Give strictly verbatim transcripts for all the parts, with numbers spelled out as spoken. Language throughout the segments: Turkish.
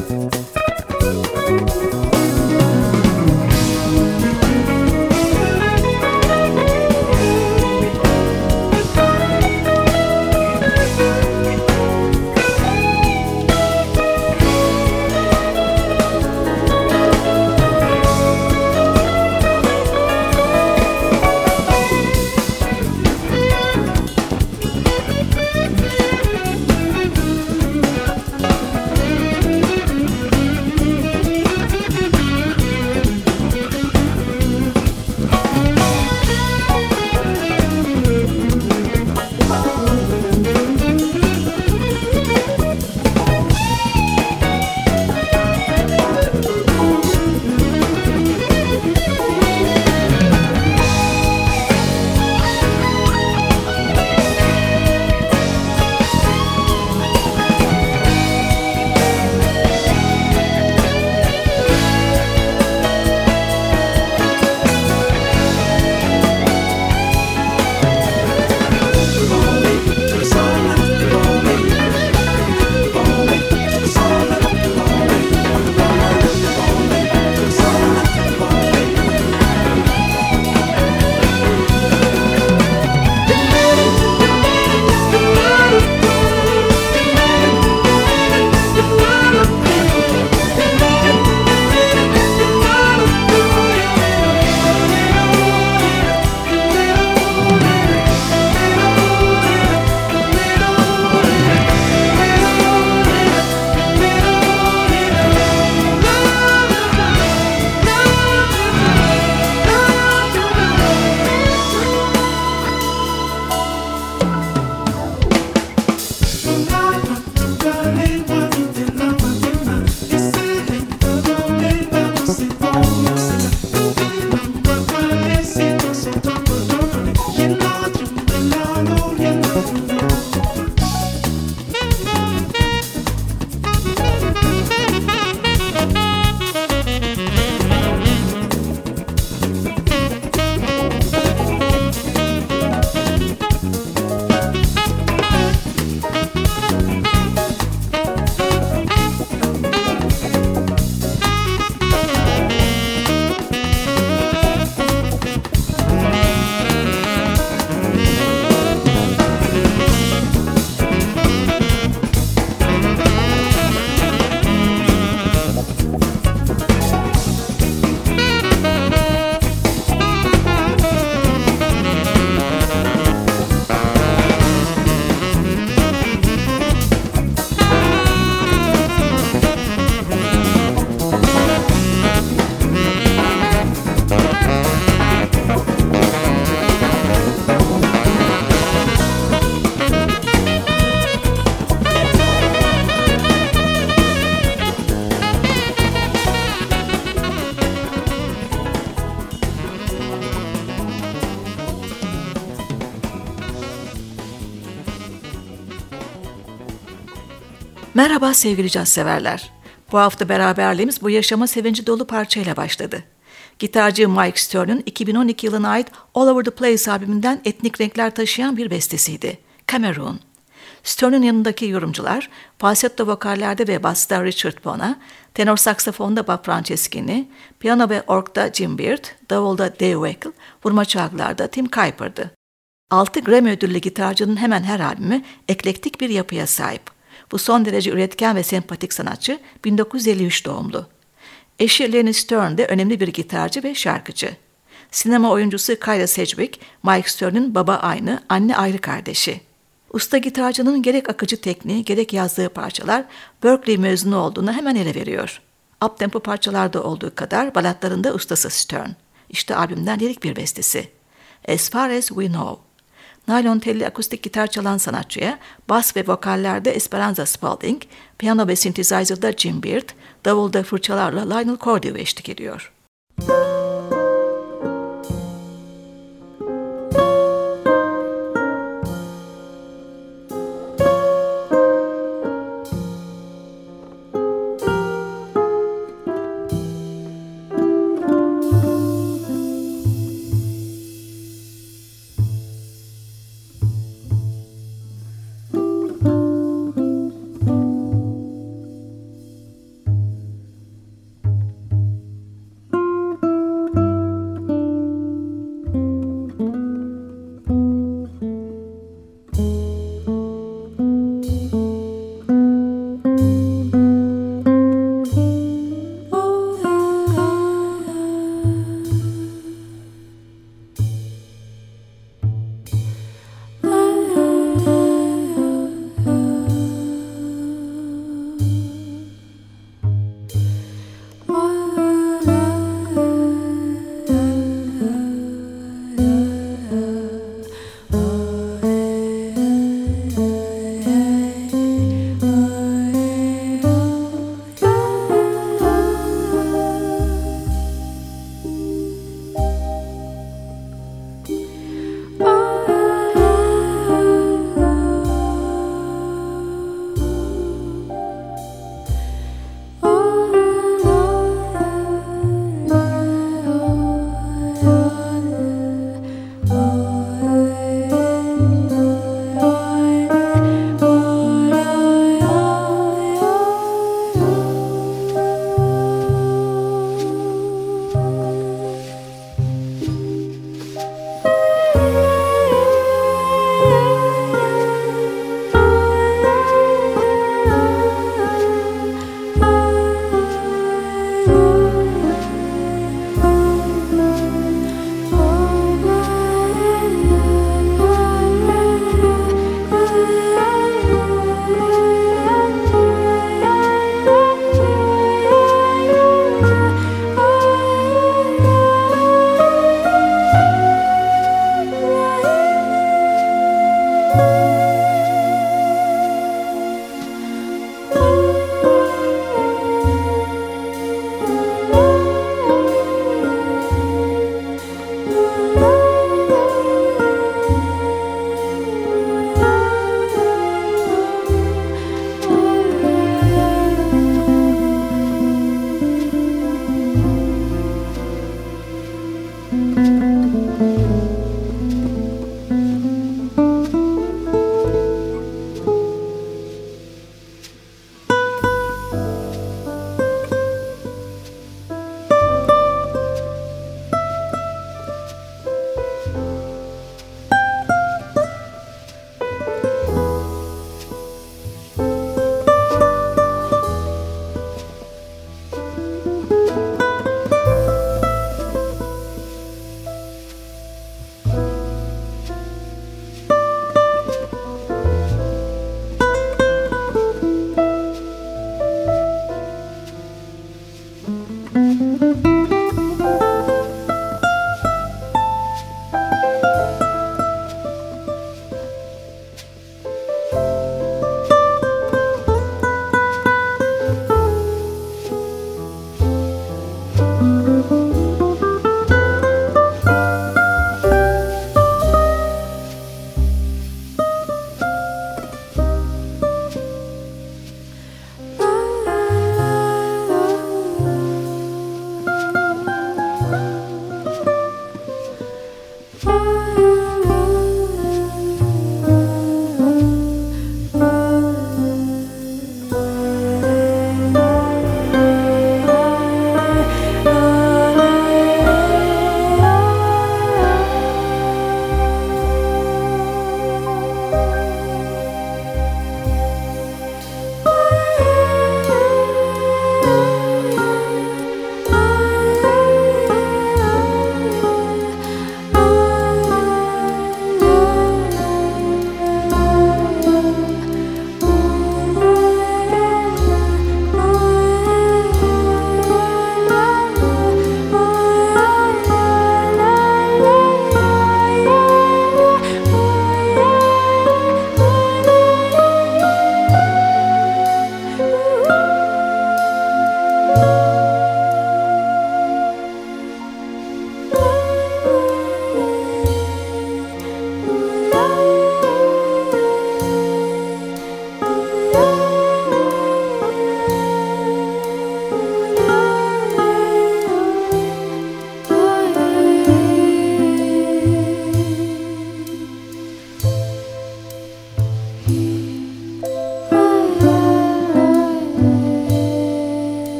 Merhaba sevgili caz severler. Bu hafta beraberliğimiz bu yaşama sevinci dolu parçayla başladı. Gitarcı Mike Stern'ın iki bin on iki yılına ait All Over the Place albümünden etnik renkler taşıyan bir bestesiydi. Cameroon. Stern'ın yanındaki yorumcular, falsetto vokallerde ve basta Richard Bona, tenor saksafonda Bob Franceschini, piyano ve orgda Jim Beard, davulda Dave Weckl, vurma çalgılarda Tim Kuiper'dı. Altı Grammy ödüllü gitarcının hemen her albümü eklektik bir yapıya sahip. Bu son derece üretken ve sempatik sanatçı bin dokuz yüz elli üç doğumlu. Eşi Lenny Stern de önemli bir gitarcı ve şarkıcı. Sinema oyuncusu Kyla Sedgwick, Mike Stern'ın baba aynı, anne ayrı kardeşi. Usta gitarcının gerek akıcı tekniği gerek yazdığı parçalar Berklee mezunu olduğunu hemen ele veriyor. Uptempo parçalarda olduğu kadar balatlarında ustası Stern. İşte albümden lirik bir bestesi. As Far As We Know. Naylon telli akustik gitar çalan sanatçıya, bas ve vokallerde Esperanza Spalding, piyano ve synthesizer'da Jim Beard, davulda fırçalarla Lionel Cordew eşlik ediyor.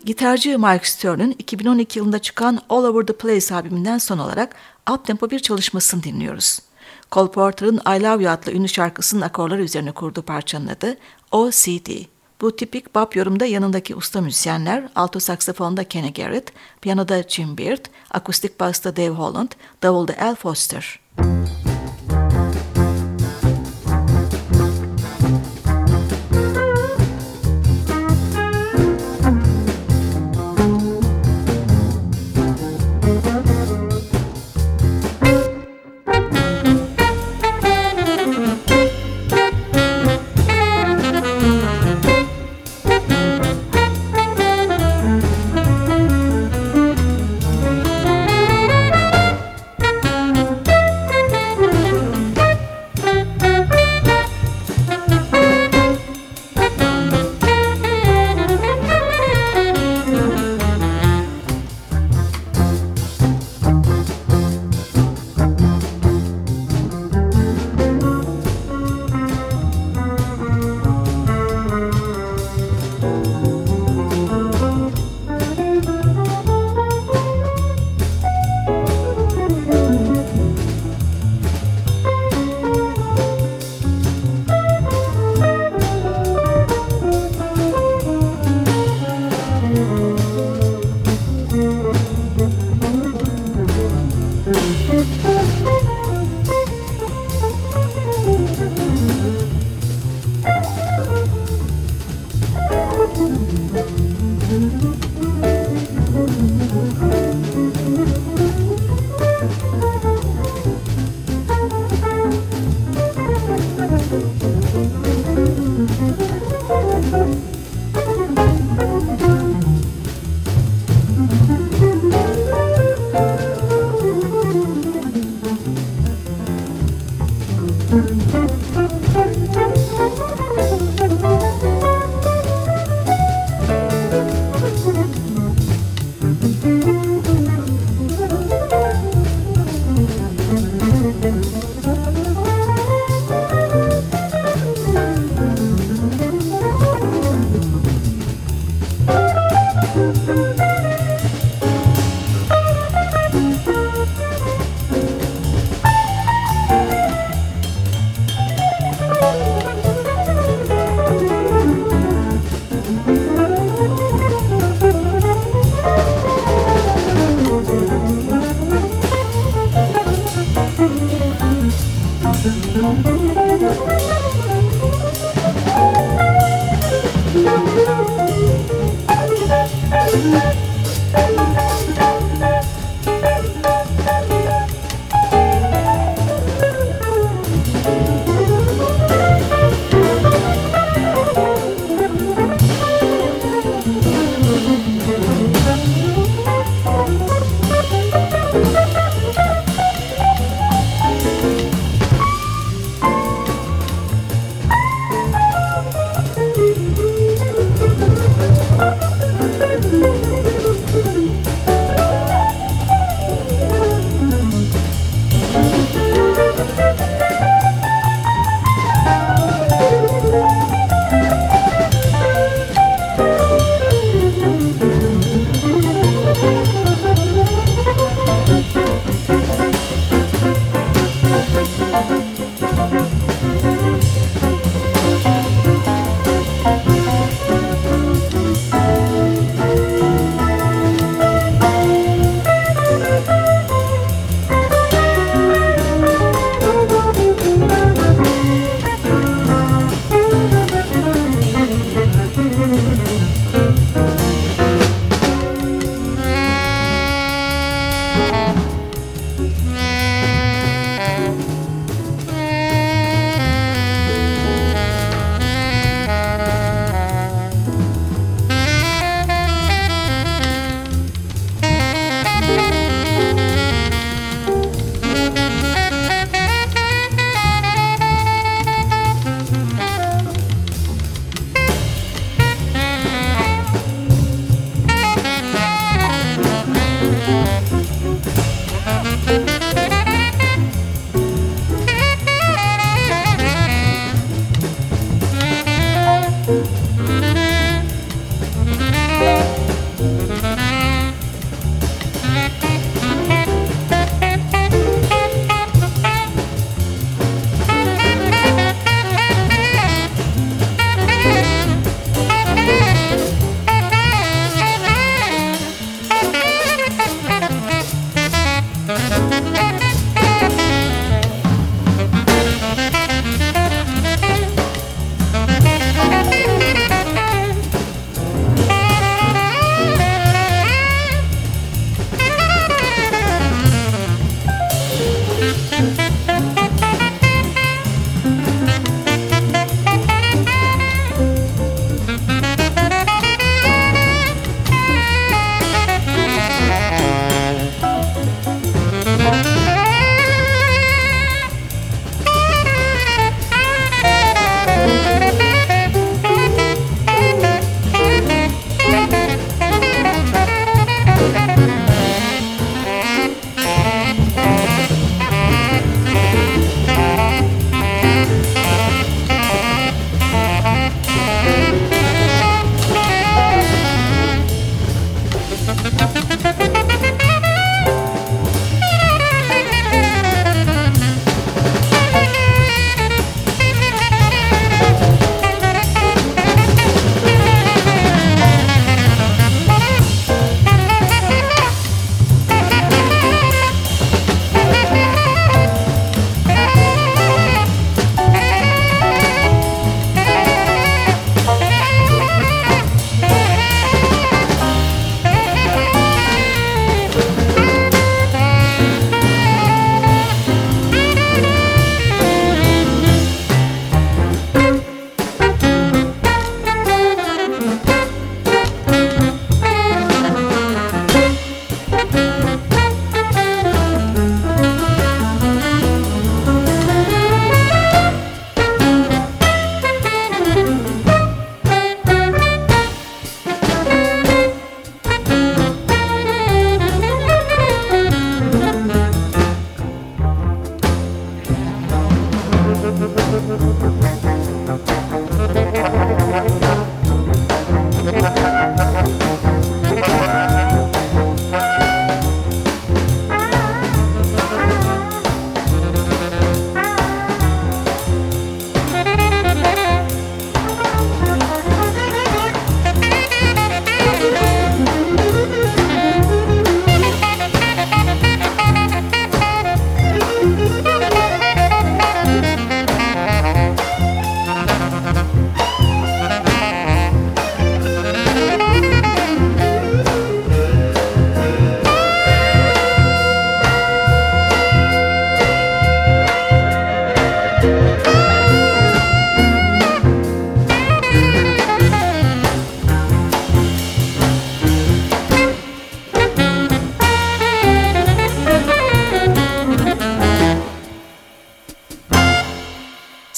Gitarcı Mike Stern'ın iki bin on iki yılında çıkan All Over the Place albümünden son olarak uptempo bir çalışmasını dinliyoruz. Cole Porter'ın I Love You adlı ünlü şarkısının akorları üzerine kurduğu parçanın adı O C D. Bu tipik bop yorumda yanındaki usta müzisyenler, alto saksafonda Kenny Garrett, piyanoda Jim Beard, akustik basta Dave Holland, davulda Al Foster.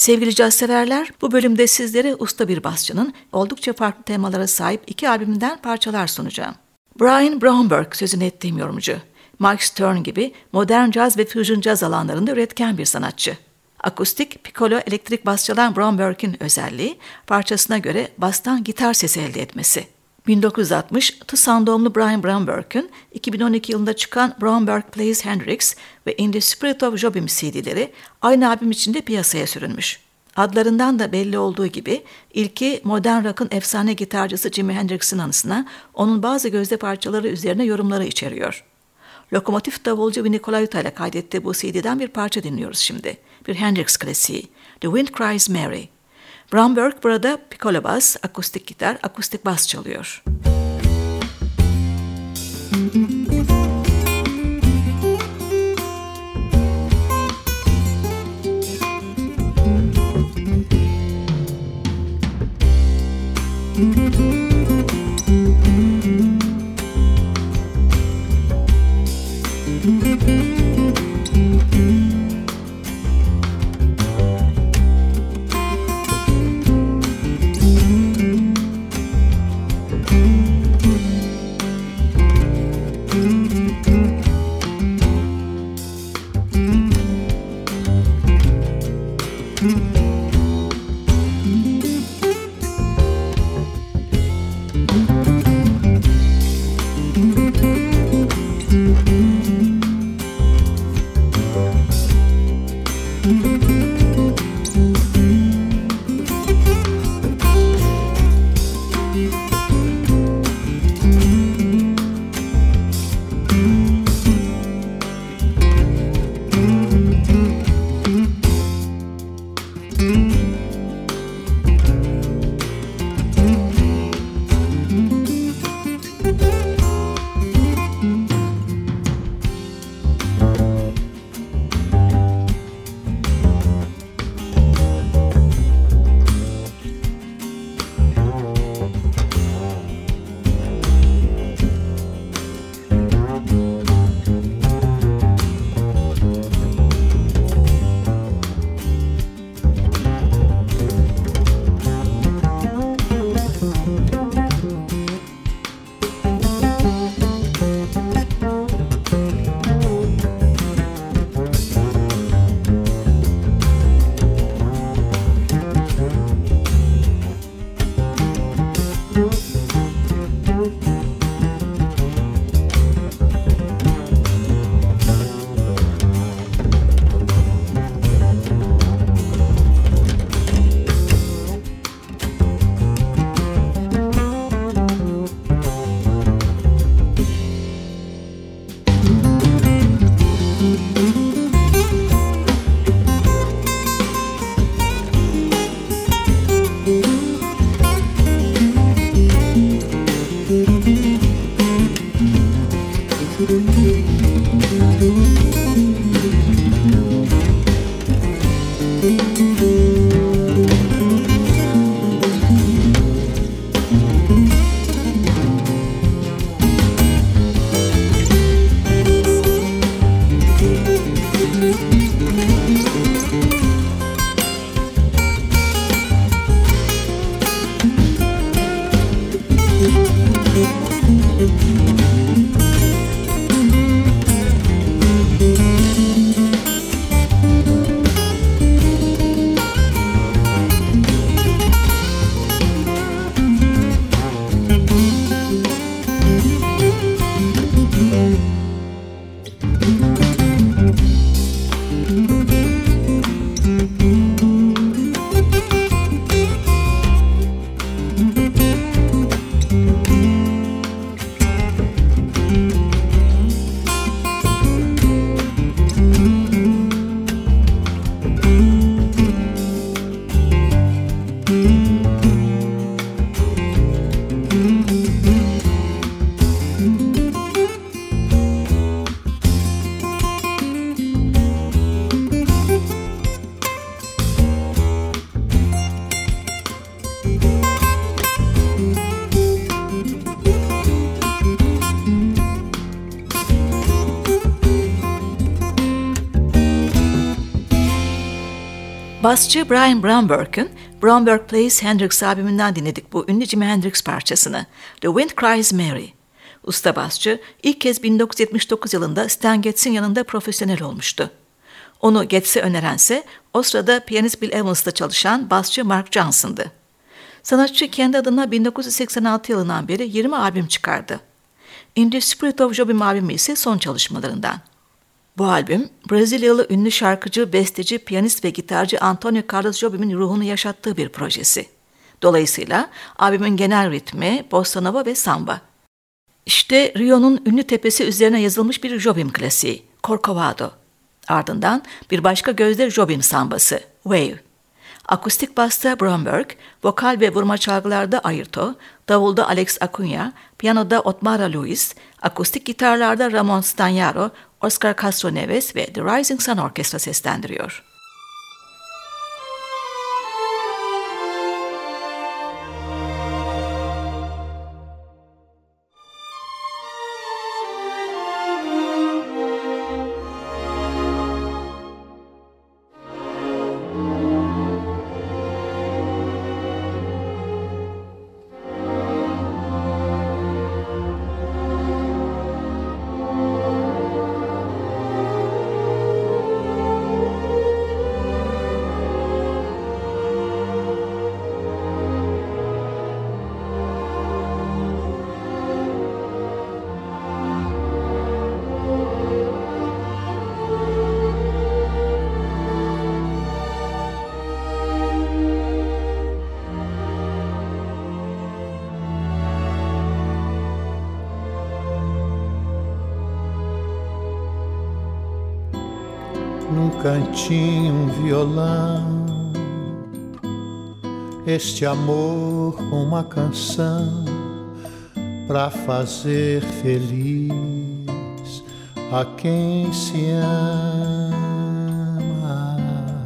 Sevgili caz severler, bu bölümde sizlere usta bir basçının oldukça farklı temalara sahip iki albümünden parçalar sunacağım. Brian Bromberg sözünü ettiğim yorumcu. Mike Stern gibi modern caz ve fusion caz alanlarında üretken bir sanatçı. Akustik, piccolo, elektrik bas çalan Bromberg'in özelliği, parçasına göre bastan gitar sesi elde etmesi. bin dokuz yüz altmış, Tucson doğumlu Brian Bromberg'in iki bin on iki yılında çıkan Bromberg Plays Hendrix ve In the Spirit of Jobim C D'leri aynı albüm içinde piyasaya sürülmüş. Adlarından da belli olduğu gibi ilki modern rock'ın efsane gitarcısı Jimi Hendrix'in anısına onun bazı gözde parçaları üzerine yorumları içeriyor. Lokomotif davulcu Vinnie Colaiuta ile kaydettiği bu C D'den bir parça dinliyoruz şimdi. Bir Hendrix klasiği, The Wind Cries Mary. Bromberg burada piccolo bas, akustik gitar, akustik bas çalıyor. Basçı Brian Bromberg'ün Bromberg Plays Hendrix albümünden dinledik bu ünlü Jimi Hendrix parçasını, The Wind Cries Mary. Usta basçı ilk kez bin dokuz yüz yetmiş dokuz yılında Stan Getz'in yanında profesyonel olmuştu. Onu Getz'e önerense o sırada piyanist Bill Evans'ta çalışan basçı Mark Johnson'dı. Sanatçı kendi adına bin dokuz yüz seksen altı yılından beri yirmi albüm çıkardı. In the Spirit of Jobim albümü ise son çalışmalarından. Bu albüm, Brezilyalı ünlü şarkıcı, besteci, piyanist ve gitarcı Antonio Carlos Jobim'in ruhunu yaşattığı bir projesi. Dolayısıyla albümün genel ritmi, bossa nova ve samba. İşte Rio'nun ünlü tepesi üzerine yazılmış bir Jobim klasiği, Corcovado. Ardından bir başka gözde Jobim sambası, Wave. Akustik basta Bromberg, vokal ve vurma çalgılarda Airto, davulda Alex Acuna, piyanoda Otmara Luis, akustik gitarlarda Ramon Stanyaro, Oscar Castro Neves ve The Rising Sun Orkestra seslendiriyor. Num cantinho um violão, este amor com uma canção pra fazer feliz a quem se ama.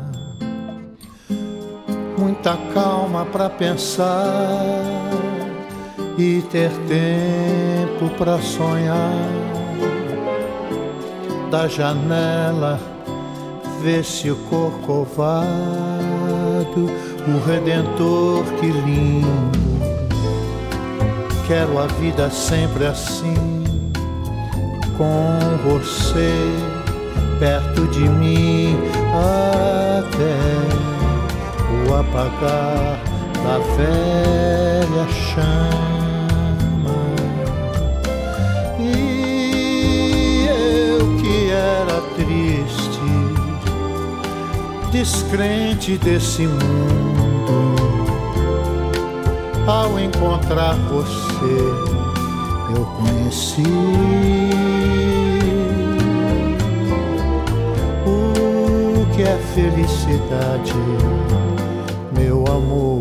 Muita calma pra pensar e ter tempo pra sonhar. Da janela vê-se o Corcovado, o Redentor, que lindo. Quero a vida sempre assim, com você perto de mim, até o apagar da velha chama. E eu que era triste, descrente desse mundo, ao encontrar você eu conheci o que é felicidade, meu amor.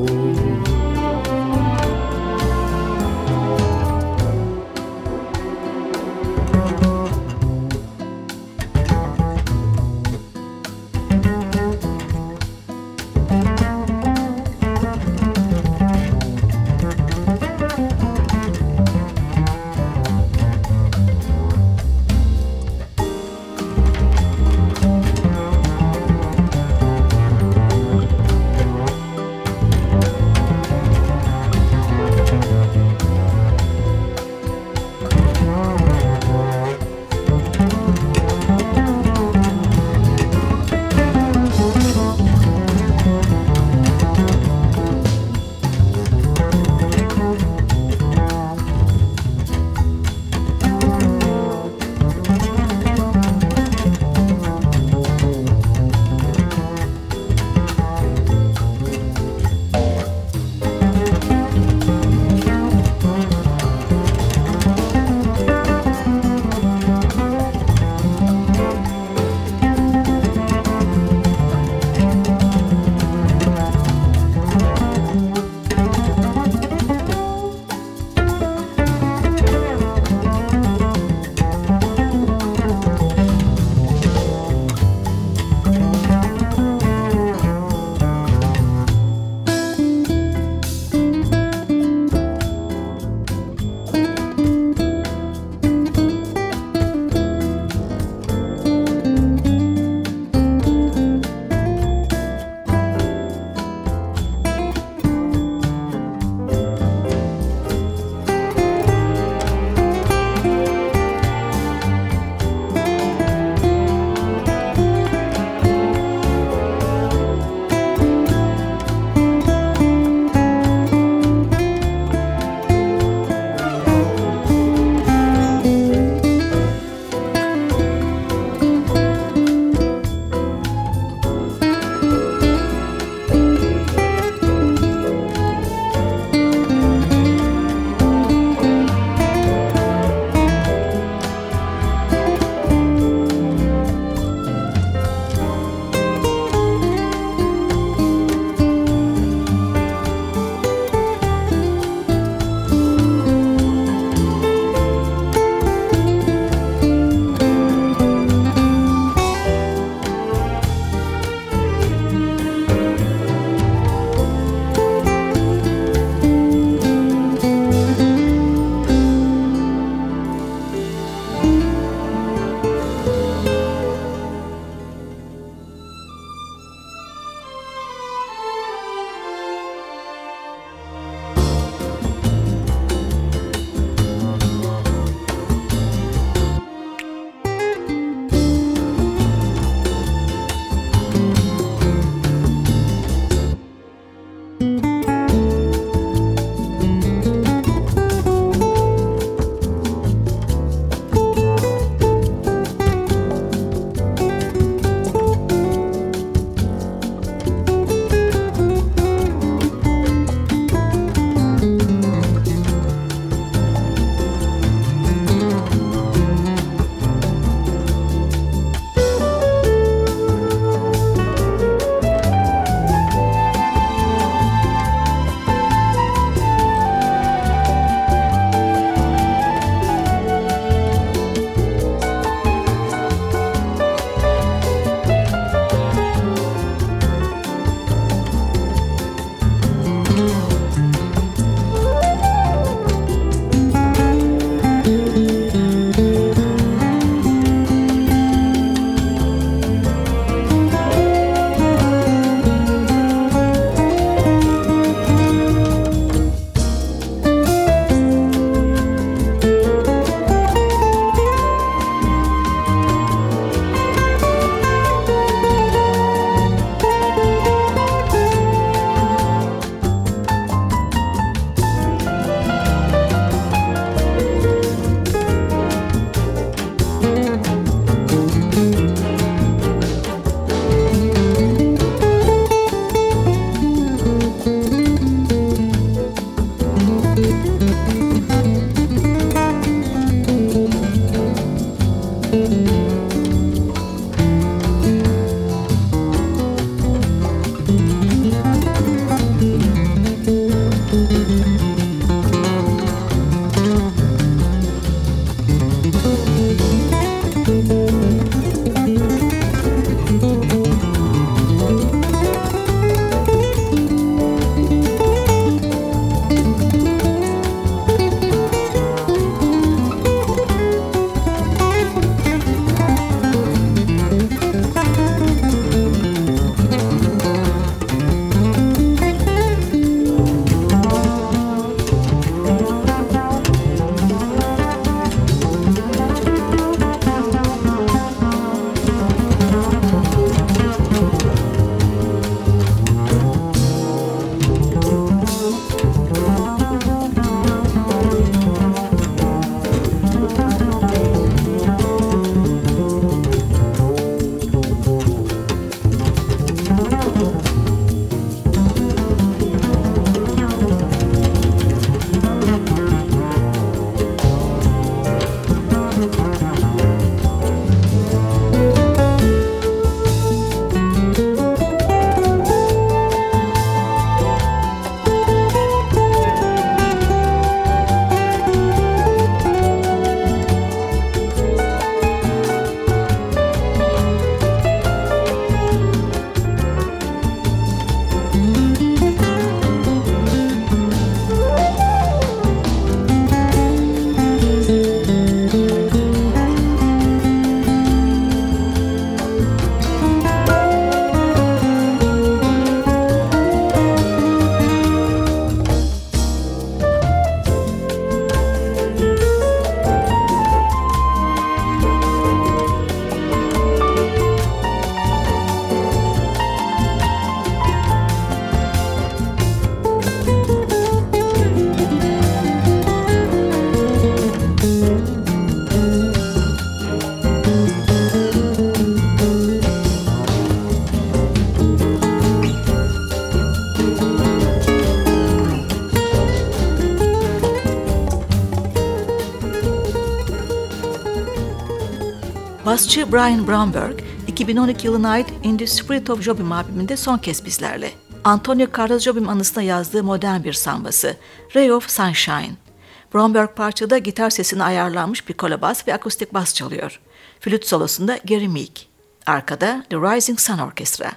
Basçı Brian Bromberg, iki bin on iki yılına ait In the Spirit of Jobim albümünde son kez bizlerle. Antonio Carlos Jobim anısına yazdığı modern bir sambası, Ray of Sunshine. Bromberg parçada gitar sesine ayarlanmış bir kolabas ve akustik bas çalıyor. Flüt solosunda Gary Meek. Arkada The Rising Sun Orkestra.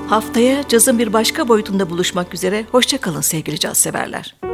Haftaya cazın bir başka boyutunda buluşmak üzere. Hoşça kalın sevgili caz severler.